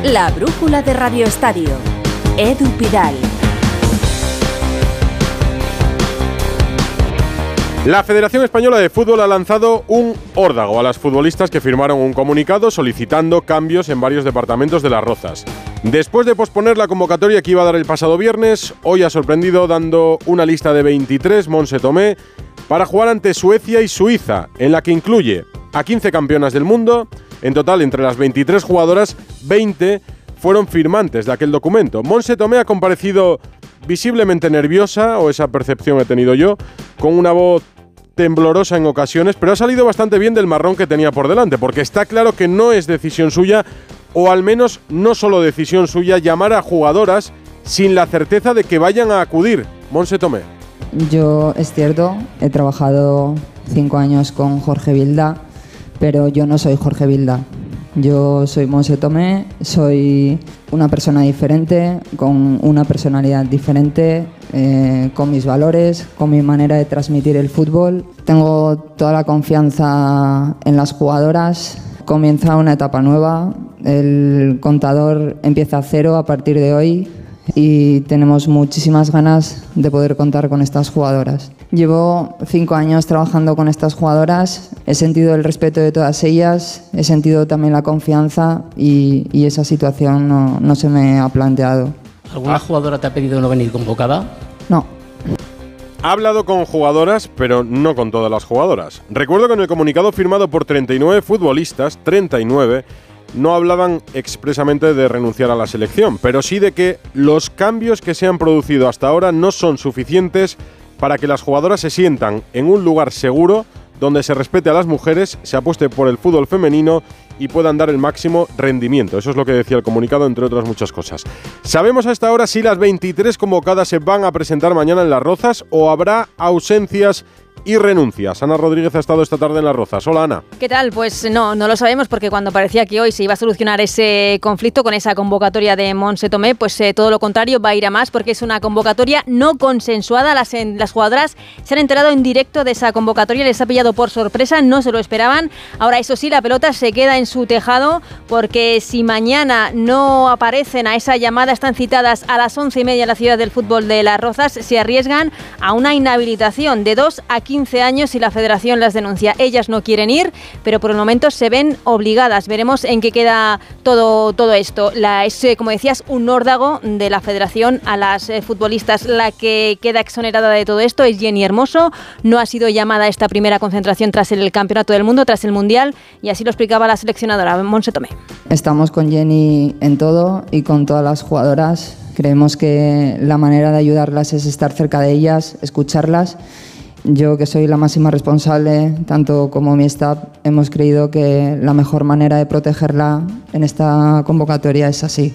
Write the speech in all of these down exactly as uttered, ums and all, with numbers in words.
La brújula de Radio Estadio. Edu Pidal. La Federación Española de Fútbol ha lanzado un órdago a las futbolistas que firmaron un comunicado solicitando cambios en varios departamentos de Las Rozas. Después de posponer la convocatoria que iba a dar el pasado viernes, hoy ha sorprendido dando una lista de veintitrés, Montse Tomé, para jugar ante Suecia y Suiza, en la que incluye a quince campeonas del mundo. En total, entre las veintitrés jugadoras, veinte fueron firmantes de aquel documento. Montse Tomé ha comparecido visiblemente nerviosa, o esa percepción he tenido yo, con una voz temblorosa en ocasiones, pero ha salido bastante bien del marrón que tenía por delante, porque está claro que no es decisión suya, o al menos no solo decisión suya, llamar a jugadoras sin la certeza de que vayan a acudir. Montse Tomé. Yo, es cierto, he trabajado cinco años con Jorge Vilda, pero yo no soy Jorge Vilda. Yo soy Montse Tomé, soy una persona diferente, con una personalidad diferente, eh, con mis valores, con mi manera de transmitir el fútbol. Tengo toda la confianza en las jugadoras. Comienza una etapa nueva, el contador empieza a cero a partir de hoy y tenemos muchísimas ganas de poder contar con estas jugadoras. Llevo cinco años trabajando con estas jugadoras, he sentido el respeto de todas ellas, he sentido también la confianza y, y esa situación no, no se me ha planteado. ¿Alguna ah. jugadora te ha pedido no venir convocada? No. Ha hablado con jugadoras, pero no con todas las jugadoras. Recuerdo que en el comunicado firmado por treinta y nueve futbolistas, treinta y nueve, no hablaban expresamente de renunciar a la selección, pero sí de que los cambios que se han producido hasta ahora no son suficientes para que las jugadoras se sientan en un lugar seguro donde se respete a las mujeres, se apueste por el fútbol femenino y puedan dar el máximo rendimiento. Eso es lo que decía el comunicado, entre otras muchas cosas. ¿Sabemos hasta ahora si las veintitrés convocadas se van a presentar mañana en Las Rozas o habrá ausencias y renuncias? Ana Rodríguez ha estado esta tarde en Las Rozas. Hola, Ana. ¿Qué tal? Pues no, no lo sabemos, porque cuando parecía que hoy se iba a solucionar ese conflicto con esa convocatoria de Montse Tomé, pues eh, todo lo contrario, va a ir a más, porque es una convocatoria no consensuada. Las, en, las jugadoras se han enterado en directo de esa convocatoria, les ha pillado por sorpresa, no se lo esperaban. Ahora, eso sí, la pelota se queda en su tejado, porque si mañana no aparecen a esa llamada, están citadas a las once y media en la ciudad del fútbol de Las Rozas, se arriesgan a una inhabilitación de dos a quince años y la federación las denuncia. Ellas no quieren ir, pero por el momento se ven obligadas. Veremos en qué queda todo, todo esto. La, es, como decías, un órdago de la federación a las eh, futbolistas. La que queda exonerada de todo esto es Jenny Hermoso. No ha sido llamada a esta primera concentración tras el Campeonato del Mundo, tras el Mundial, y así lo explicaba la seleccionadora Montse Tomé. Estamos con Jenny en todo y con todas las jugadoras. Creemos que la manera de ayudarlas es estar cerca de ellas, escucharlas. Yo, que soy la máxima responsable, tanto como mi staff, hemos creído que la mejor manera de protegerla en esta convocatoria es así.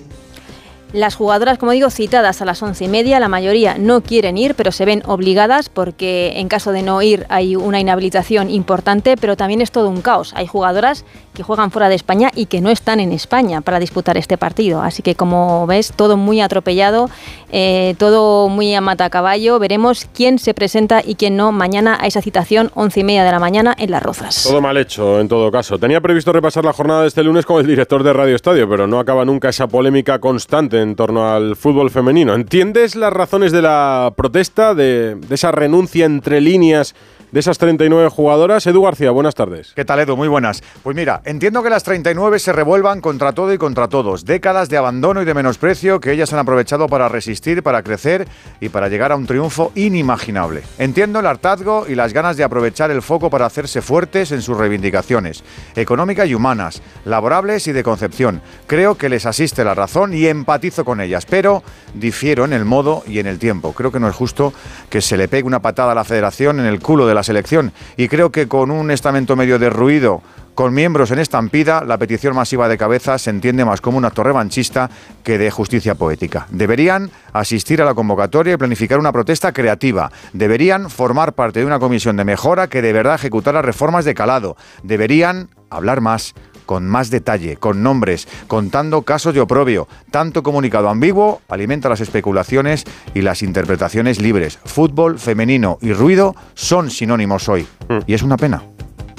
Las jugadoras, como digo, citadas a las once y media, la mayoría no quieren ir, pero se ven obligadas porque en caso de no ir hay una inhabilitación importante, pero también es todo un caos. Hay jugadoras que juegan fuera de España y que no están en España para disputar este partido. Así que, como ves, todo muy atropellado, eh, todo muy a matacaballo. Veremos quién se presenta y quién no mañana a esa citación, once y media de la mañana en Las Rozas. Todo mal hecho, en todo caso. Tenía previsto repasar la jornada de este lunes con el director de Radio Estadio, pero no acaba nunca esa polémica constante en torno al fútbol femenino. ¿Entiendes las razones de la protesta, de, de esa renuncia entre líneas de esas treinta y nueve jugadoras? Edu García, buenas tardes. ¿Qué tal, Edu? Muy buenas. Pues mira, entiendo que las treinta y nueve se revuelvan contra todo y contra todos. Décadas de abandono y de menosprecio que ellas han aprovechado para resistir, para crecer y para llegar a un triunfo inimaginable. Entiendo el hartazgo y las ganas de aprovechar el foco para hacerse fuertes en sus reivindicaciones, económicas y humanas, laborables y de concepción. Creo que les asiste la razón y empatizo con ellas, pero difiero en el modo y en el tiempo. Creo que no es justo que se le pegue una patada a la federación en el culo de la selección, y creo que con un estamento medio derruido, con miembros en estampida, la petición masiva de cabezas se entiende más como un acto revanchista que de justicia poética. Deberían asistir a la convocatoria y planificar una protesta creativa. Deberían formar parte de una comisión de mejora que de verdad ejecutara reformas de calado. Deberían hablar más, con más detalle, con nombres, contando casos de oprobio. Tanto comunicado ambiguo alimenta las especulaciones y las interpretaciones libres. Fútbol femenino y ruido son sinónimos hoy, y es una pena.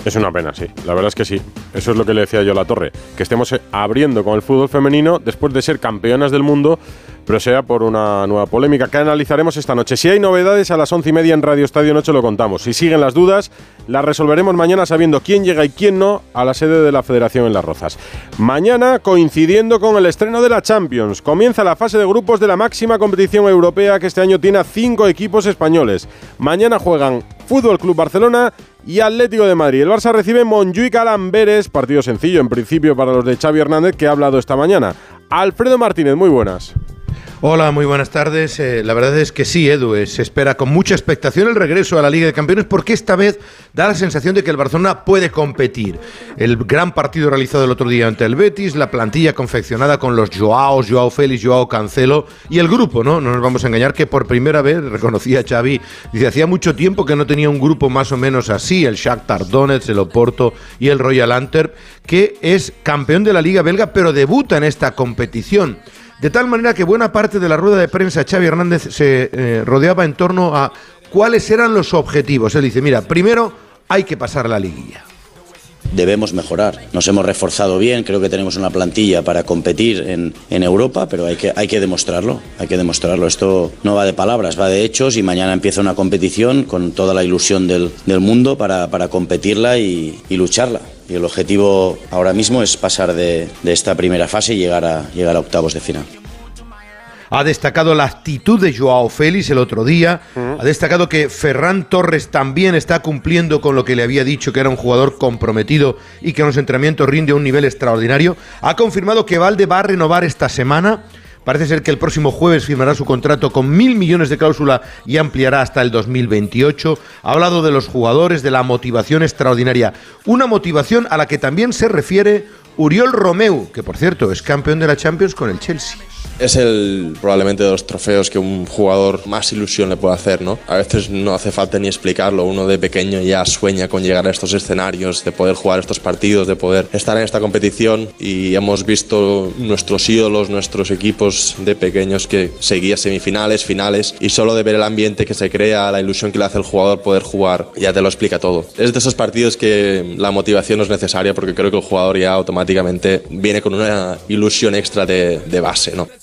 Es una pena, sí. La verdad es que sí. Eso es lo que le decía yo a La Torre. Que estemos abriendo con el fútbol femenino después de ser campeonas del mundo, pero sea por una nueva polémica que analizaremos esta noche. Si hay novedades, a las once y media en Radio Estadio Noche lo contamos. Si siguen las dudas, las resolveremos mañana sabiendo quién llega y quién no a la sede de la Federación en Las Rozas. Mañana, coincidiendo con el estreno de la Champions, comienza la fase de grupos de la máxima competición europea que este año tiene a cinco equipos españoles. Mañana juegan Fútbol Club Barcelona y Atlético de Madrid. El Barça recibe Montjuic al Amberes, partido sencillo en principio para los de Xavi Hernández, que ha hablado esta mañana. Alfredo Martínez, muy buenas. Hola, muy buenas tardes. Eh, la verdad es que sí, Edu, eh, se espera con mucha expectación el regreso a la Liga de Campeones porque esta vez da la sensación de que el Barcelona puede competir. El gran partido realizado el otro día ante el Betis, la plantilla confeccionada con los Joaos, Joao Félix, Joao Cancelo y el grupo, ¿no? No nos vamos a engañar que por primera vez, reconocía Xavi, dice, hacía mucho tiempo que no tenía un grupo más o menos así, el Shakhtar Donetsk, el Oporto y el Royal Antwerp, que es campeón de la Liga belga, pero debuta en esta competición. De tal manera que buena parte de la rueda de prensa Xavi Hernández se eh, rodeaba en torno a cuáles eran los objetivos. Él dice, mira, primero hay que pasar la liguilla. Debemos mejorar. Nos hemos reforzado bien, creo que tenemos una plantilla para competir en, en Europa, pero hay que, hay que demostrarlo, hay que demostrarlo. Esto no va de palabras, va de hechos y mañana empieza una competición con toda la ilusión del, del mundo para, para competirla y, y lucharla. Y el objetivo ahora mismo es pasar de, de esta primera fase y llegar a, llegar a octavos de final. Ha destacado la actitud de Joao Félix el otro día, uh-huh. Ha destacado que Ferran Torres también está cumpliendo con lo que le había dicho, que era un jugador comprometido y que en los entrenamientos rinde a un nivel extraordinario. Ha confirmado que Valde va a renovar esta semana. Parece ser que el próximo jueves firmará su contrato con mil millones de cláusula y ampliará hasta el dos mil veintiocho. Ha hablado de los jugadores, de la motivación extraordinaria. Una motivación a la que también se refiere Oriol Romeu, que por cierto es campeón de la Champions con el Chelsea. Es el probablemente de los trofeos que un jugador más ilusión le puede hacer, ¿no? A veces no hace falta ni explicarlo, uno de pequeño ya sueña con llegar a estos escenarios, de poder jugar estos partidos, de poder estar en esta competición, y hemos visto nuestros ídolos, nuestros equipos de pequeños que seguían semifinales, finales, y solo de ver el ambiente que se crea, la ilusión que le hace el jugador poder jugar, ya te lo explica todo. Es de esos partidos que la motivación no es necesaria porque creo que el jugador ya automáticamente viene con una ilusión extra de, de base, ¿no?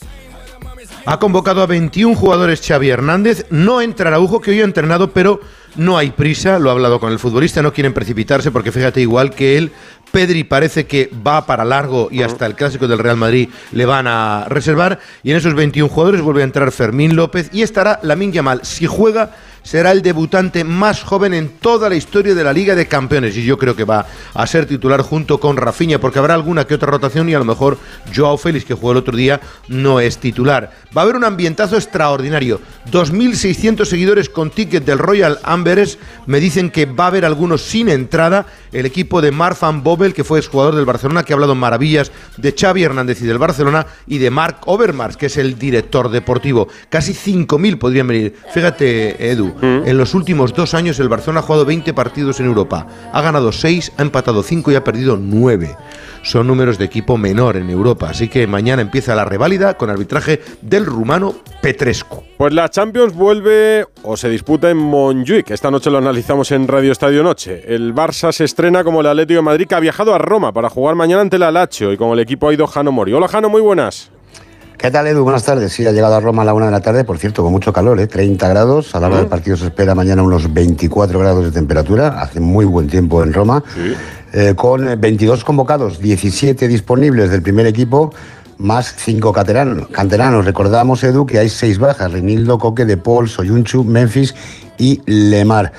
Ha convocado a veintiún jugadores Xavi Hernández, no entra Araujo, que hoy ha entrenado, pero no hay prisa, lo ha hablado con el futbolista, no quieren precipitarse porque fíjate, igual que él, Pedri parece que va para largo y hasta el clásico del Real Madrid le van a reservar, y en esos veintiún jugadores vuelve a entrar Fermín López y estará Lamine Yamal. Si juega, será el debutante más joven en toda la historia de la Liga de Campeones, y yo creo que va a ser titular junto con Rafinha, porque habrá alguna que otra rotación y a lo mejor Joao Félix, que jugó el otro día, no es titular. Va a haber un ambientazo extraordinario, dos mil seiscientos seguidores con ticket del Royal Amberes. Me dicen que va a haber algunos sin entrada. El equipo de Marc van Bommel, que fue exjugador del Barcelona, que ha hablado maravillas de Xavi Hernández y del Barcelona, y de Marc Overmars, que es el director deportivo. Casi cinco mil podrían venir. Fíjate, Edu, en los últimos dos años el Barcelona ha jugado veinte partidos en Europa. Ha ganado seis, ha empatado cinco y ha perdido nueve. Son números de equipo menor en Europa. Así que mañana empieza la reválida con arbitraje del rumano Petrescu. Pues la Champions vuelve o se disputa en Montjuic. Esta noche lo analizamos en Radio Estadio Noche. El Barça se estrena como el Atlético de Madrid, que ha viajado a Roma para jugar mañana ante la Lazio, y con el equipo ha ido Jano Mori. Hola, Jano, muy buenas. ¿Qué tal, Edu? Buenas tardes. Sí, ha llegado a Roma a la una de la tarde, por cierto, con mucho calor, ¿eh? treinta grados. A la hora del partido se espera mañana unos veinticuatro grados de temperatura. Hace muy buen tiempo en Roma. Sí. Eh, con veintidós convocados, diecisiete disponibles del primer equipo, más cinco canteranos. canteranos. Recordamos, Edu, que hay seis bajas: Reinildo, Coque, De Paul, Soyuncu, Memphis y Lemar.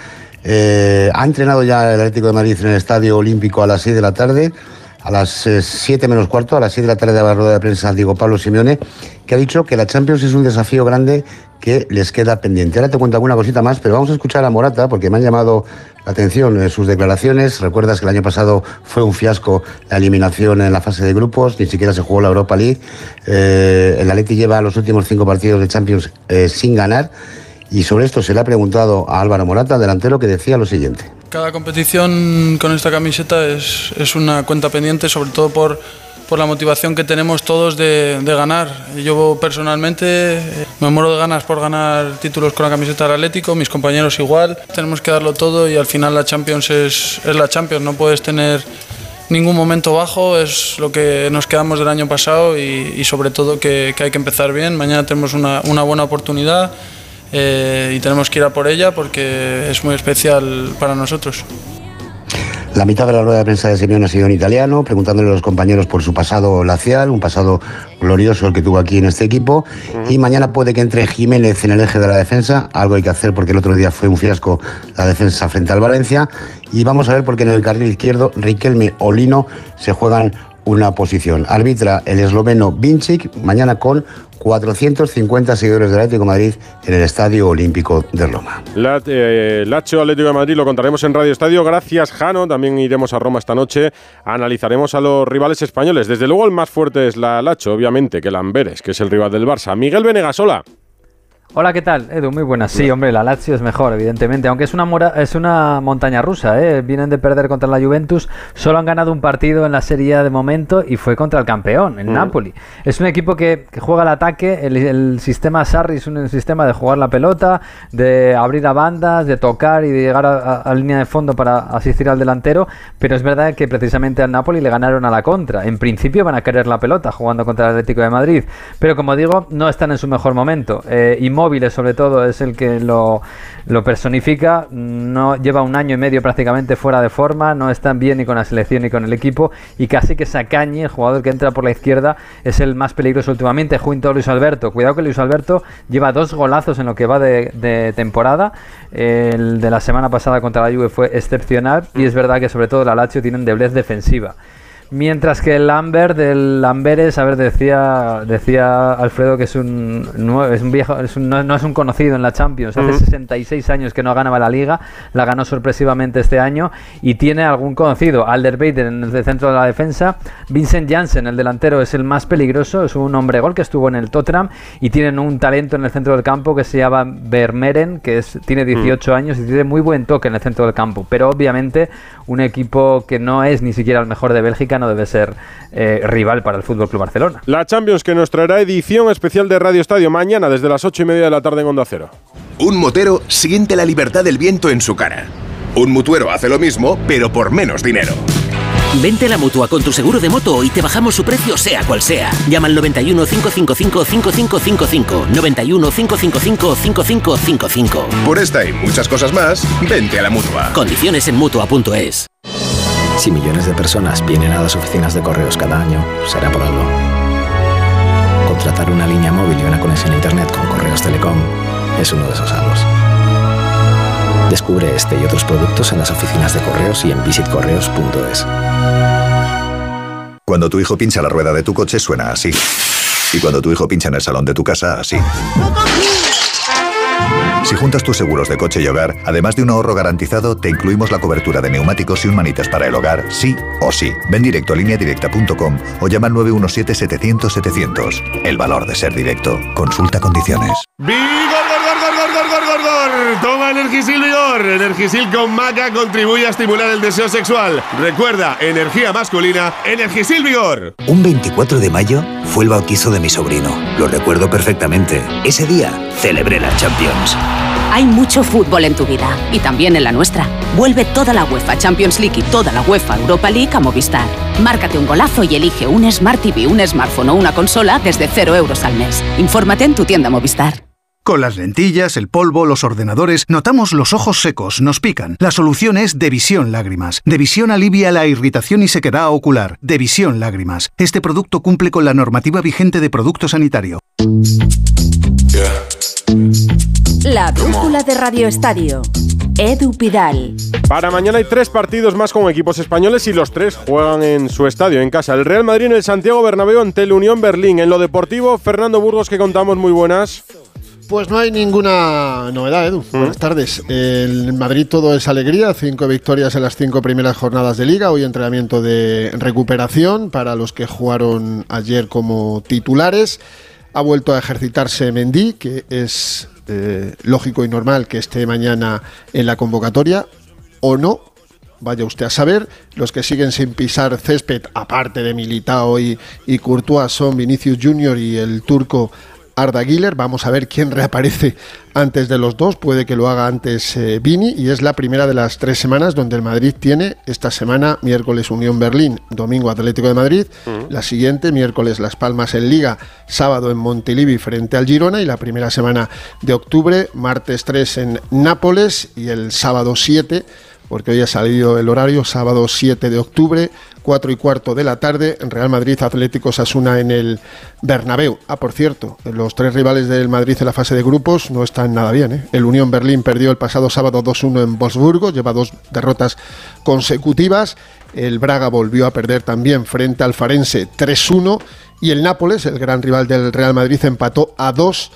Eh, ha entrenado ya el Atlético de Madrid en el Estadio Olímpico a las seis de la tarde. A las siete menos cuarto, a las siete de la tarde, de la rueda de prensa, Diego Pablo Simeone, que ha dicho que la Champions es un desafío grande que les queda pendiente. Ahora te cuento alguna cosita más, pero vamos a escuchar a Morata, porque me han llamado la atención sus declaraciones. Recuerdas que el año pasado fue un fiasco la eliminación en la fase de grupos, ni siquiera se jugó la Europa League. Eh, el Atleti lleva los últimos cinco partidos de Champions eh, sin ganar, y sobre esto se le ha preguntado a Álvaro Morata, delantero, que decía lo siguiente. Cada competición con esta camiseta es, es una cuenta pendiente, sobre todo por, por la motivación que tenemos todos de, de ganar. Yo personalmente eh, me muero de ganas por ganar títulos con la camiseta del Atlético, mis compañeros igual. Tenemos que darlo todo y al final la Champions es, es la Champions, no puedes tener ningún momento bajo, es lo que nos quedamos del año pasado y, y sobre todo que, que hay que empezar bien. Mañana tenemos una, una buena oportunidad eh, y tenemos que ir a por ella porque es muy especial para nosotros. La mitad de la rueda de prensa de Simeone ha sido en italiano, preguntándole a los compañeros por su pasado lacial, un pasado glorioso el que tuvo aquí en este equipo. Uh-huh. Y mañana puede que entre Jiménez en el eje de la defensa, algo hay que hacer porque el otro día fue un fiasco la defensa frente al Valencia. Y vamos a ver porque en el carril izquierdo Riquelme o Lino se juegan una posición. Arbitra el esloveno Vincic, mañana con cuatrocientos cincuenta seguidores del Atlético de Madrid en el Estadio Olímpico de Roma. La, eh, Lazio Atlético de Madrid lo contaremos en Radio Estadio. Gracias, Jano. También iremos a Roma esta noche. Analizaremos a los rivales españoles. Desde luego el más fuerte es la Lazio, obviamente, que el Amberes, que es el rival del Barça. Miguel Venegas, hola. Hola, ¿qué tal? Edu, muy buenas. Sí, hombre, la Lazio es mejor, evidentemente, aunque es una mora, es una montaña rusa, ¿eh? Vienen de perder contra la Juventus, solo han ganado un partido en la Serie A de momento y fue contra el campeón, el mm. Napoli. Es un equipo que, que juega al ataque, el, el sistema Sarri es un sistema de jugar la pelota, de abrir a bandas, de tocar y de llegar a, a, a línea de fondo para asistir al delantero, pero es verdad que precisamente al Napoli le ganaron a la contra. En principio van a querer la pelota jugando contra el Atlético de Madrid, pero como digo, no están en su mejor momento. Eh, y Móviles, sobre todo, es el que lo, lo personifica. No lleva un año y medio prácticamente fuera de forma, no están bien ni con la selección ni con el equipo, y casi que Sacañi, el jugador que entra por la izquierda, es el más peligroso últimamente, junto a Luis Alberto. Cuidado que Luis Alberto lleva dos golazos en lo que va de, de temporada. El de la semana pasada contra la Juve fue excepcional, y es verdad que sobre todo la Lazio tiene debilidad defensiva. Mientras que el Amber del Amberes, a ver, decía decía Alfredo que es un es un viejo, es un, no, no es un conocido en la Champions. Hace uh-huh. sesenta y seis años que no ganaba la Liga, la ganó sorpresivamente este año y tiene algún conocido. Alderweireld en el centro de la defensa, Vincent Janssen, el delantero, es el más peligroso, es un hombre gol que estuvo en el Tottenham, y tienen un talento en el centro del campo que se llama Vermeeren, que es, tiene dieciocho uh-huh. años y tiene muy buen toque en el centro del campo, pero obviamente un equipo que no es ni siquiera el mejor de Bélgica no debe ser eh, rival para el F C Barcelona. La Champions, que nos traerá edición especial de Radio Estadio mañana desde las ocho y media de la tarde en Onda Cero. Un motero siente la libertad del viento en su cara. Un mutuero hace lo mismo, pero por menos dinero. Vente a la Mutua con tu seguro de moto y te bajamos su precio sea cual sea. Llama al noventa y uno, cinco cinco cinco, cinco cinco cinco cinco. noventa y uno, cinco cinco cinco, cinco cinco cinco cinco. Por esta y muchas cosas más, vente a la Mutua. Condiciones en mutua punto es. Si millones de personas vienen a las oficinas de correos cada año, será por algo. Contratar una línea móvil y una conexión a internet con Correos Telecom es uno de esos algo. Descubre este y otros productos en las oficinas de correos y en visit correos punto es. Cuando tu hijo pincha la rueda de tu coche suena así. Y cuando tu hijo pincha en el salón de tu casa, así. Si juntas tus seguros de coche y hogar, además de un ahorro garantizado, te incluimos la cobertura de neumáticos y un manitas para el hogar, sí o sí. Ven directo a línea directa punto com o llama al nueve uno siete, setecientos, setecientos. El valor de ser directo. Consulta condiciones. ¡Vigor, gor, gor, gor, gor, gor, gor! Toma Energisil Vigor. Energisil con maca contribuye a estimular el deseo sexual. Recuerda, energía masculina, Energisil Vigor. Un veinticuatro de mayo fue el bautizo de mi sobrino. Lo recuerdo perfectamente. Ese día celebré la Champions. Hay mucho fútbol en tu vida y también en la nuestra. Vuelve toda la UEFA Champions League y toda la UEFA Europa League a Movistar. Márcate un golazo y elige un Smart T V, un smartphone o una consola desde cero euros al mes. Infórmate en tu tienda Movistar. Con las lentillas, el polvo, los ordenadores, notamos los ojos secos, nos pican. La solución es Devisión Lágrimas. Devisión alivia la irritación y sequedad ocular. Devisión Lágrimas. Este producto cumple con la normativa vigente de producto sanitario. La brújula de Radio Estadio. Edu Pidal. Para mañana hay tres partidos más con equipos españoles y los tres juegan en su estadio, en casa. El Real Madrid en el Santiago Bernabéu ante el Unión Berlín. En lo deportivo, Fernando Burgos, que contamos, muy buenas. Pues no hay ninguna novedad, Edu. ¿Mm? Buenas tardes. El Madrid todo es alegría, cinco victorias en las cinco primeras jornadas de Liga. Hoy entrenamiento de recuperación para los que jugaron ayer como titulares. Ha vuelto a ejercitarse Mendy, que es eh, lógico y normal que esté mañana en la convocatoria, o no. vaya usted a saber. Los que siguen sin pisar césped, aparte de Militao y, y Courtois, son Vinicius Junior y el turco Arda Güler. Vamos a ver quién reaparece antes de los dos. Puede que lo haga antes eh, Vini, y es la primera de las tres semanas donde el Madrid tiene esta semana miércoles Unión Berlín, domingo Atlético de Madrid, uh-huh. la siguiente miércoles Las Palmas en Liga, sábado en Montilivi frente al Girona, y la primera semana de octubre martes tres en Nápoles y el sábado siete, porque hoy ha salido el horario, sábado siete de octubre, cuatro y cuarto de la tarde, en Real Madrid Atlético Osasuna en el Bernabéu. Ah, por cierto, los tres rivales del Madrid en la fase de grupos no están nada bien, ¿eh? El Unión Berlín perdió el pasado sábado dos uno en Wolfsburgo, lleva dos derrotas consecutivas. El Braga volvió a perder también frente al Farense tres uno, y el Nápoles, el gran rival del Real Madrid, empató a dos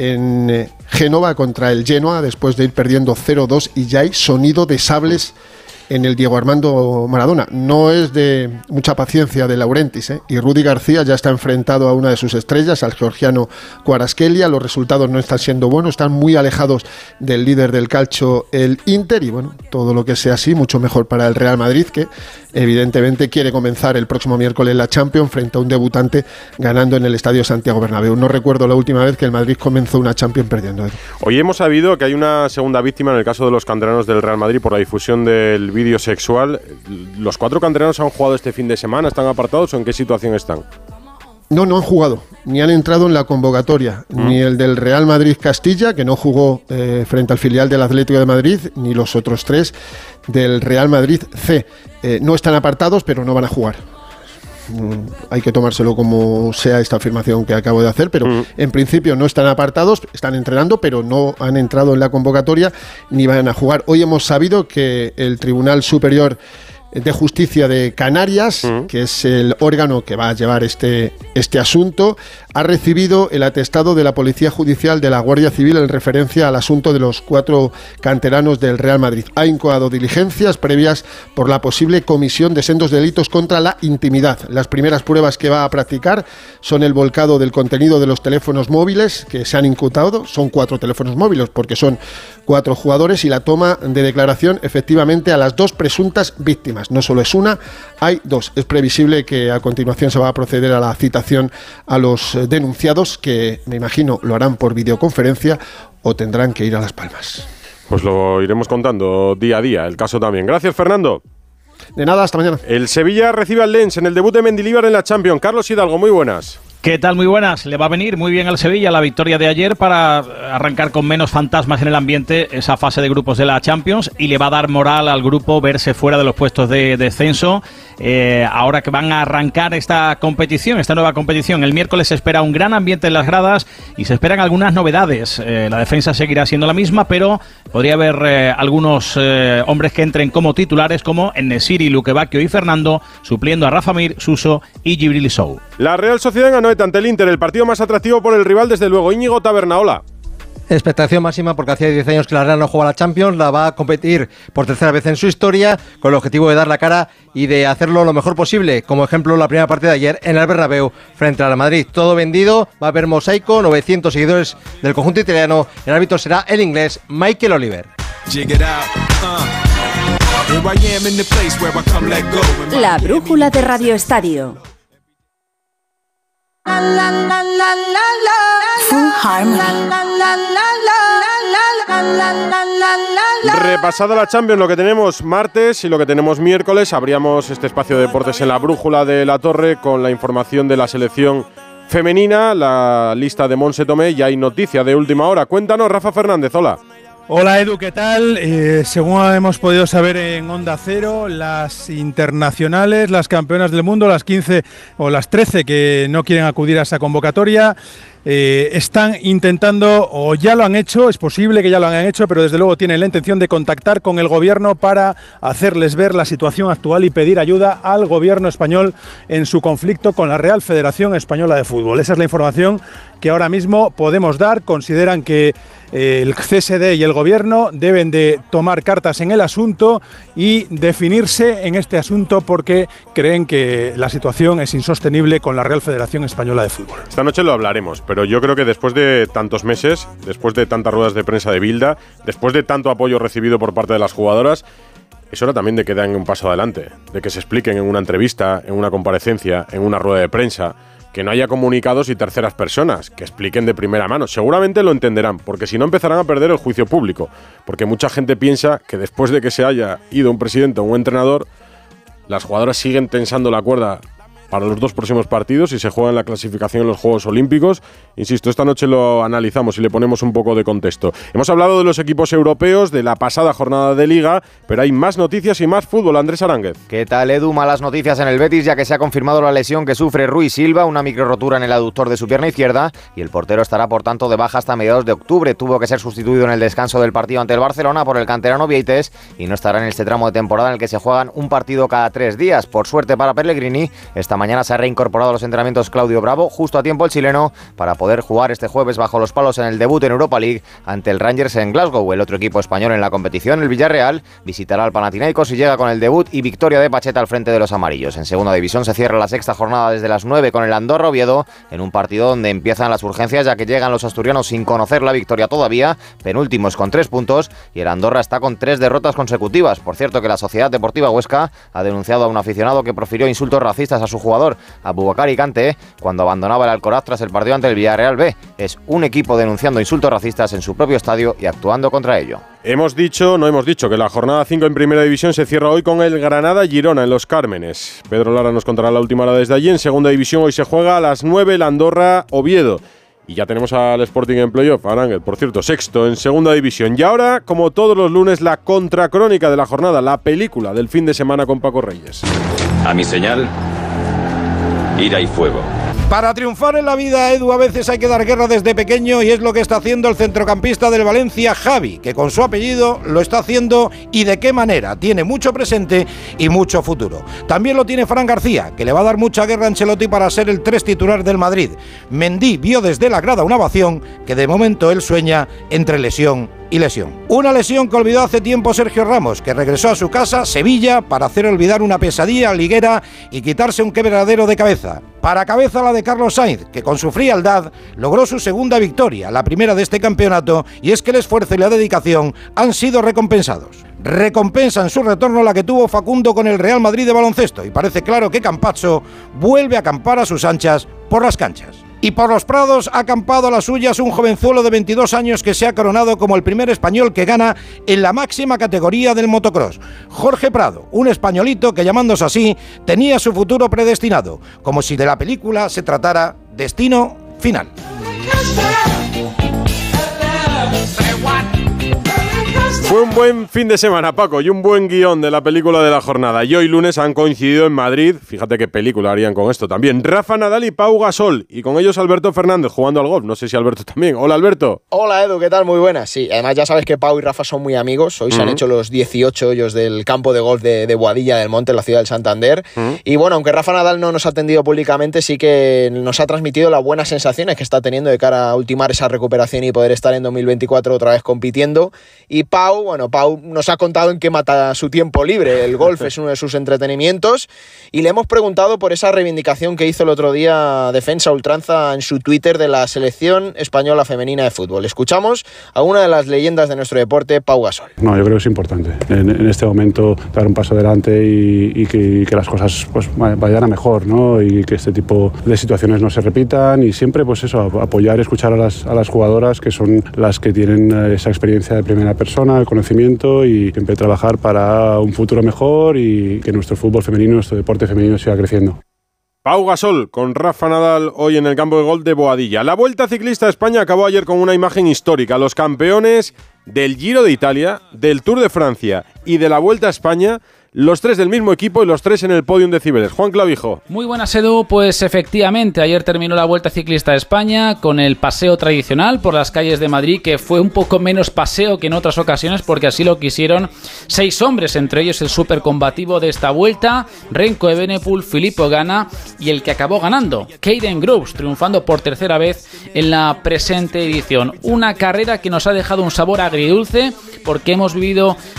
en Génova contra el Genoa después de ir perdiendo cero dos, y ya hay sonido de sables en el Diego Armando Maradona. No es de mucha paciencia de Laurentiis, ¿eh? Y Rudy García ya está enfrentado a una de sus estrellas, al georgiano Kvaratskhelia. Los resultados no están siendo buenos, están muy alejados del líder del calcio, el Inter, y bueno, todo lo que sea así, mucho mejor para el Real Madrid, que evidentemente quiere comenzar el próximo miércoles la Champions frente a un debutante ganando en el Estadio Santiago Bernabéu. No recuerdo la última vez que el Madrid comenzó una Champions perdiendo. Hoy hemos sabido que hay una segunda víctima en el caso de los canteranos del Real Madrid por la difusión del vídeo sexual. ¿Los cuatro canteranos han jugado este fin de semana? ¿Están apartados o en qué situación están? No, no han jugado, ni han entrado en la convocatoria, mm. ni el del Real Madrid Castilla, que no jugó eh, frente al filial del Atlético de Madrid, ni los otros tres del Real Madrid C. Eh, no están apartados, pero no van a jugar. Mm, hay que tomárselo como sea esta afirmación que acabo de hacer, pero mm. en principio no están apartados, están entrenando, pero no han entrado en la convocatoria ni van a jugar. Hoy hemos sabido que el Tribunal Superior de Justicia de Canarias, uh-huh. que es el órgano que va a llevar este, este asunto, ha recibido el atestado de la Policía Judicial de la Guardia Civil en referencia al asunto de los cuatro canteranos del Real Madrid. Ha incoado diligencias previas por la posible comisión de sendos delitos contra la intimidad. Las primeras pruebas que va a practicar son el volcado del contenido de los teléfonos móviles que se han incautado. Son cuatro teléfonos móviles porque son cuatro jugadores, y la toma de declaración efectivamente a las dos presuntas víctimas. No solo es una, hay dos. Es previsible que a continuación se va a proceder a la citación a los denunciados, que me imagino lo harán por videoconferencia o tendrán que ir a Las Palmas. Pues lo iremos contando día a día, el caso también. Gracias, Fernando. De nada, hasta mañana. El Sevilla recibe al Lens en el debut de Mendilibar en la Champions. Carlos Hidalgo, muy buenas. ¿Qué tal? Muy buenas. Le va a venir muy bien al Sevilla la victoria de ayer para arrancar con menos fantasmas en el ambiente esa fase de grupos de la Champions, y le va a dar moral al grupo verse fuera de los puestos de descenso. Eh, ahora que van a arrancar esta competición, esta nueva competición, el miércoles se espera un gran ambiente en las gradas y se esperan algunas novedades. Eh, la defensa seguirá siendo la misma, pero podría haber eh, algunos eh, hombres que entren como titulares, como En-Nesyri, Luque Bacchio y Fernando, supliendo a Rafa Mir, Suso y Djibril Sow. La Real Sociedad ganó ante el Inter, el partido más atractivo por el rival, desde luego. Íñigo Tabernaola. Expectación máxima porque hacía diez años que la Real no jugaba la Champions, la va a competir por tercera vez en su historia con el objetivo de dar la cara y de hacerlo lo mejor posible. Como ejemplo, la primera partida de ayer en el Bernabéu frente al Madrid. Todo vendido, va a haber mosaico, novecientos seguidores del conjunto italiano. El árbitro será el inglés Michael Oliver. La brújula de Radio Estadio. Full Harmony. Repasada la Champions, lo que tenemos martes y lo que tenemos miércoles, abríamos este espacio de deportes en la brújula de la Torre con la información de la selección femenina, la lista de Montse Tomé, y hay noticia de última hora. Cuéntanos, Rafa Fernández, hola. Hola Edu, ¿qué tal? Eh, según hemos podido saber en Onda Cero, las internacionales, las campeonas del mundo, las quince o las trece que no quieren acudir a esa convocatoria, eh, están intentando, o ya lo han hecho, es posible que ya lo hayan hecho, pero desde luego tienen la intención de contactar con el gobierno para hacerles ver la situación actual y pedir ayuda al gobierno español en su conflicto con la Real Federación Española de Fútbol. Esa es la información que ahora mismo podemos dar. Consideran que eh, el C S D y el gobierno deben de tomar cartas en el asunto y definirse en este asunto porque creen que la situación es insostenible con la Real Federación Española de Fútbol. Esta noche lo hablaremos, pero yo creo que después de tantos meses, después de tantas ruedas de prensa de Bilda, después de tanto apoyo recibido por parte de las jugadoras, es hora también de que den un paso adelante, de que se expliquen en una entrevista, en una comparecencia, en una rueda de prensa, que no haya comunicados y terceras personas, que expliquen de primera mano. Seguramente lo entenderán, porque si no empezarán a perder el juicio público, porque mucha gente piensa que después de que se haya ido un presidente o un entrenador, las jugadoras siguen tensando la cuerda para los dos próximos partidos y se juegan la clasificación en los Juegos Olímpicos. Insisto, esta noche lo analizamos y le ponemos un poco de contexto. Hemos hablado de los equipos europeos, de la pasada jornada de Liga, pero hay más noticias y más fútbol. Andrés Aránguez. ¿Qué tal, Edu? Malas noticias en el Betis, ya que se ha confirmado la lesión que sufre Rui Silva, una microrotura en el aductor de su pierna izquierda, y el portero estará, por tanto, de baja hasta mediados de octubre. Tuvo que ser sustituido en el descanso del partido ante el Barcelona por el canterano Vieites y no estará en este tramo de temporada en el que se juegan un partido cada tres días. Por suerte para Pellegrini, esta mañana se ha reincorporado a los entrenamientos Claudio Bravo, justo a tiempo el chileno, para poder jugar este jueves bajo los palos en el debut en Europa League ante el Rangers en Glasgow. El otro equipo español en la competición, el Villarreal, visitará al Panathinaikos y llega con el debut y victoria de Pacheta al frente de los amarillos. En segunda división se cierra la sexta jornada desde las nueve con el Andorra Oviedo, en un partido donde empiezan las urgencias, ya que llegan los asturianos sin conocer la victoria todavía, penúltimos con tres puntos, y el Andorra está con tres derrotas consecutivas. Por cierto, que la Sociedad Deportiva Huesca ha denunciado a un aficionado que profirió insultos racistas a su jugador Aboubakar Kanté cuando abandonaba el Alcoraz tras el partido ante el Villarreal B. Es un equipo denunciando insultos racistas en su propio estadio y actuando contra ello. Hemos dicho, no hemos dicho, que la jornada cinco en Primera División se cierra hoy con el Granada-Girona en Los Cármenes. Pedro Lara nos contará la última hora desde allí. En Segunda División hoy se juega a las nueve el Andorra-Oviedo. Y ya tenemos al Sporting en playoff, Aránguez, por cierto, sexto en Segunda División. Y ahora, como todos los lunes, la contracrónica de la jornada, la película del fin de semana con Paco Reyes. A mi señal, ira y fuego. Para triunfar en la vida, Edu, a veces hay que dar guerra desde pequeño y es lo que está haciendo el centrocampista del Valencia, Javi, que con su apellido lo está haciendo y de qué manera. Tiene mucho presente y mucho futuro. También lo tiene Fran García, que le va a dar mucha guerra a Ancelotti para ser el tres titular del Madrid. Mendy vio desde la grada una ovación que de momento él sueña entre lesión y lesión. Una lesión que olvidó hace tiempo Sergio Ramos, que regresó a su casa, Sevilla, para hacer olvidar una pesadilla liguera y quitarse un quebradero de cabeza. Para cabeza la de Carlos Sainz, que con su frialdad logró su segunda victoria, la primera de este campeonato, y es que el esfuerzo y la dedicación han sido recompensados. Recompensa en su retorno la que tuvo Facundo con el Real Madrid de baloncesto, y parece claro que Campazzo vuelve a acampar a sus anchas por las canchas. Y por los prados ha acampado a las suyas un jovenzuelo de veintidós años que se ha coronado como el primer español que gana en la máxima categoría del motocross. Jorge Prado, un españolito que, llamándose así, tenía su futuro predestinado, como si de la película se tratara Destino Final. Fue un buen fin de semana, Paco, y un buen guión de la película de la jornada. Y hoy lunes han coincidido en Madrid, fíjate qué película harían con esto también, Rafa Nadal y Pau Gasol, y con ellos Alberto Fernández jugando al golf. No sé si Alberto también. Hola, Alberto. Hola, Edu, ¿qué tal? Muy buenas. Sí, además ya sabes que Pau y Rafa son muy amigos. Hoy uh-huh. se han hecho los dieciocho hoyos del campo de golf de, de Boadilla del Monte, en la ciudad del Santander. Uh-huh. Y bueno, aunque Rafa Nadal no nos ha atendido públicamente, sí que nos ha transmitido las buenas sensaciones que está teniendo de cara a ultimar esa recuperación y poder estar en dos mil veinticuatro otra vez compitiendo. Y Pau, bueno, Pau nos ha contado en qué mata su tiempo libre. El golf es uno de sus entretenimientos y le hemos preguntado por esa reivindicación que hizo el otro día Defensa Ultranza en su Twitter de la selección española femenina de fútbol. Escuchamos a una de las leyendas de nuestro deporte, Pau Gasol. No, yo creo que es importante en, en este momento dar un paso adelante y, y, que, y que las cosas pues, vayan a mejor, ¿no? Y que este tipo de situaciones no se repitan y siempre pues eso, apoyar y escuchar a las, a las jugadoras que son las que tienen esa experiencia de primera persona, el conocimiento y siempre trabajar para un futuro mejor y que nuestro fútbol femenino, nuestro deporte femenino siga creciendo. Pau Gasol con Rafa Nadal hoy en el campo de golf de Boadilla. La Vuelta Ciclista a España acabó ayer con una imagen histórica. Los campeones del Giro de Italia, del Tour de Francia y de la Vuelta a España, los tres del mismo equipo y los tres en el podium de Cibeles. Juan Clavijo. Muy buenas, Edu. Pues efectivamente, ayer terminó la Vuelta Ciclista a España con el paseo tradicional por las calles de Madrid, que fue un poco menos paseo que en otras ocasiones porque así lo quisieron seis hombres, entre ellos el supercombativo de esta vuelta, Renko Evenepoel, Filippo Ganna y el que acabó ganando, Caden Groves, triunfando por tercera vez en la presente edición. Una carrera que nos ha dejado un sabor agridulce porque hemos vivido un hecho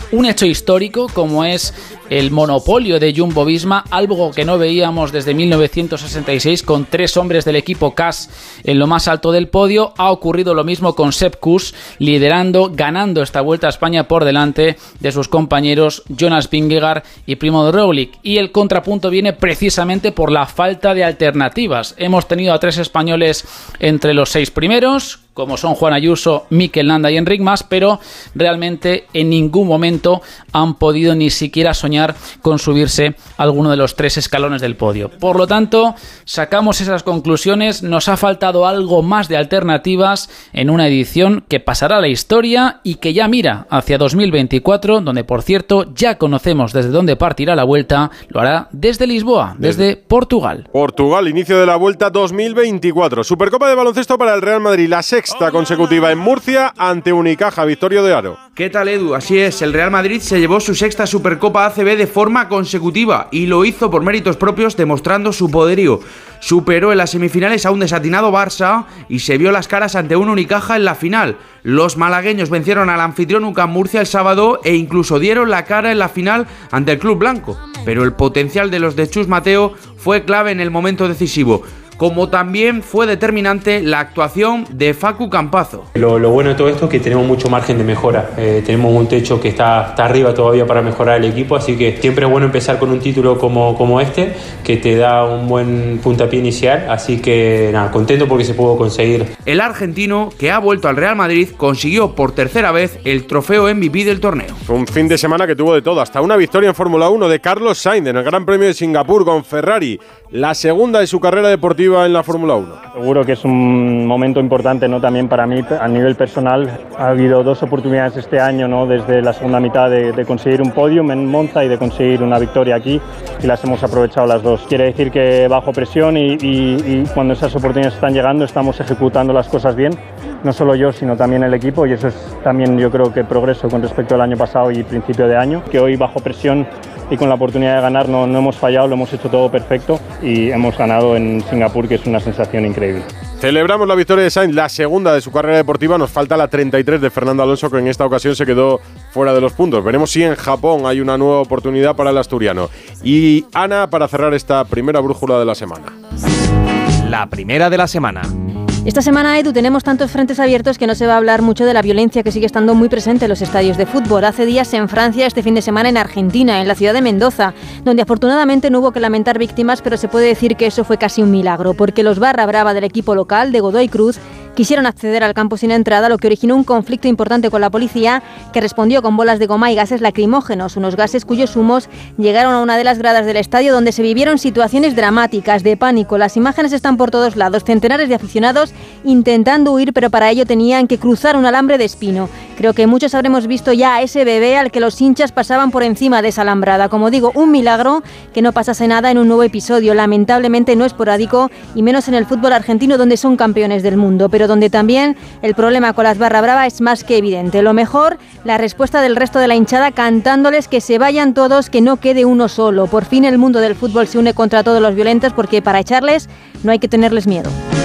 histórico como es el monopolio de Jumbo-Visma, algo que no veíamos desde mil novecientos sesenta y seis con tres hombres del equipo K A S en lo más alto del podio. Ha ocurrido lo mismo con Sepp Kuss, liderando, ganando esta Vuelta a España por delante de sus compañeros Jonas Vingegaard y Primož Roglič. Y el contrapunto viene precisamente por la falta de alternativas. Hemos tenido a tres españoles entre los seis primeros, como son Juan Ayuso, Mikel Landa y Enric Mas, pero realmente en ningún momento han podido ni siquiera soñar con subirse a alguno de los tres escalones del podio. Por lo tanto, sacamos esas conclusiones. Nos ha faltado algo más de alternativas en una edición que pasará a la historia y que ya mira hacia dos mil veinticuatro, donde, por cierto, ya conocemos desde dónde partirá la Vuelta. Lo hará desde Lisboa, desde, desde Portugal. Portugal, inicio de la Vuelta dos mil veinticuatro. Supercopa de baloncesto para el Real Madrid, la sexta consecutiva en Murcia ante Unicaja, Victorio de Aro. ¿Qué tal, Edu? Así es, el Real Madrid se llevó su sexta Supercopa A C B de forma consecutiva y lo hizo por méritos propios, demostrando su poderío. Superó en las semifinales a un desatinado Barça y se vio las caras ante un Unicaja en la final. Los malagueños vencieron al anfitrión U C A M Murcia el sábado e incluso dieron la cara en la final ante el club blanco. Pero el potencial de los de Chus Mateo fue clave en el momento decisivo, como también fue determinante la actuación de Facu Campazo. Lo, lo bueno de todo esto es que tenemos mucho margen de mejora, eh, tenemos un techo que está, está arriba todavía para mejorar el equipo, así que siempre es bueno empezar con un título como, como este, que te da un buen puntapié inicial, así que nada, contento porque se pudo conseguir. El argentino, que ha vuelto al Real Madrid, consiguió por tercera vez el trofeo M V P del torneo. Fue un fin de semana que tuvo de todo, hasta una victoria en Fórmula uno de Carlos Sainz en el Gran Premio de Singapur con Ferrari, la segunda de su carrera deportiva en la Fórmula uno. Seguro que es un momento importante, ¿no? También para mí a nivel personal. Ha habido dos oportunidades este año, ¿no? Desde la segunda mitad de, de conseguir un podium en Monza y de conseguir una victoria aquí, y las hemos aprovechado las dos. Quiere decir que bajo presión y, y, y cuando esas oportunidades están llegando estamos ejecutando las cosas bien, no solo yo sino también el equipo, y eso es también yo creo que progreso con respecto al año pasado y principio de año, que hoy bajo presión y con la oportunidad de ganar no, no hemos fallado, lo hemos hecho todo perfecto y hemos ganado en Singapur, que es una sensación increíble. Celebramos la victoria de Sainz, la segunda de su carrera deportiva. Nos falta la treinta y tres de Fernando Alonso, que en esta ocasión se quedó fuera de los puntos. Veremos si en Japón hay una nueva oportunidad para el asturiano. Y Ana, para cerrar esta primera brújula de la semana. La primera de la semana. Esta semana, Edu, tenemos tantos frentes abiertos que no se va a hablar mucho de la violencia que sigue estando muy presente en los estadios de fútbol. Hace días en Francia, este fin de semana en Argentina, en la ciudad de Mendoza, donde afortunadamente no hubo que lamentar víctimas, pero se puede decir que eso fue casi un milagro, porque los barra brava del equipo local de Godoy Cruz quisieron acceder al campo sin entrada, lo que originó un conflicto importante con la policía, que respondió con bolas de goma y gases lacrimógenos, unos gases cuyos humos llegaron a una de las gradas del estadio, donde se vivieron situaciones dramáticas de pánico. Las imágenes están por todos lados, centenares de aficionados intentando huir, pero para ello tenían que cruzar un alambre de espino. Creo que muchos habremos visto ya a ese bebé al que los hinchas pasaban por encima de esa alambrada. Como digo, un milagro que no pasase nada en un nuevo episodio, lamentablemente no esporádico, y menos en el fútbol argentino, donde son campeones del mundo, pero donde también el problema con las barra brava es más que evidente. Lo mejor, la respuesta del resto de la hinchada cantándoles que se vayan todos, que no quede uno solo. Por fin el mundo del fútbol se une contra todos los violentos, porque para echarles no hay que tenerles miedo.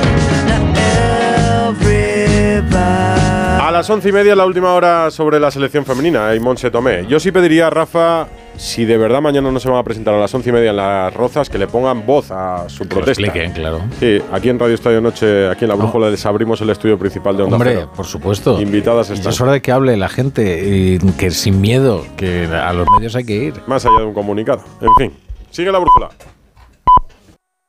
A las once y media, la última hora sobre la selección femenina y Montse Tomé. Yo sí pediría a Rafa, si de verdad mañana no se van a presentar a las once y media en Las Rozas, que le pongan voz a su que protesta. Lo expliquen, claro. Sí, aquí en Radio Estadio Noche, aquí en La Brújula, les abrimos el estudio principal de Onda Hombre, Cero. por supuesto. Invitadas están. están. Es hora de que hable la gente, y que sin miedo, que a los medios hay que ir. Más allá de un comunicado. En fin, sigue La Brújula.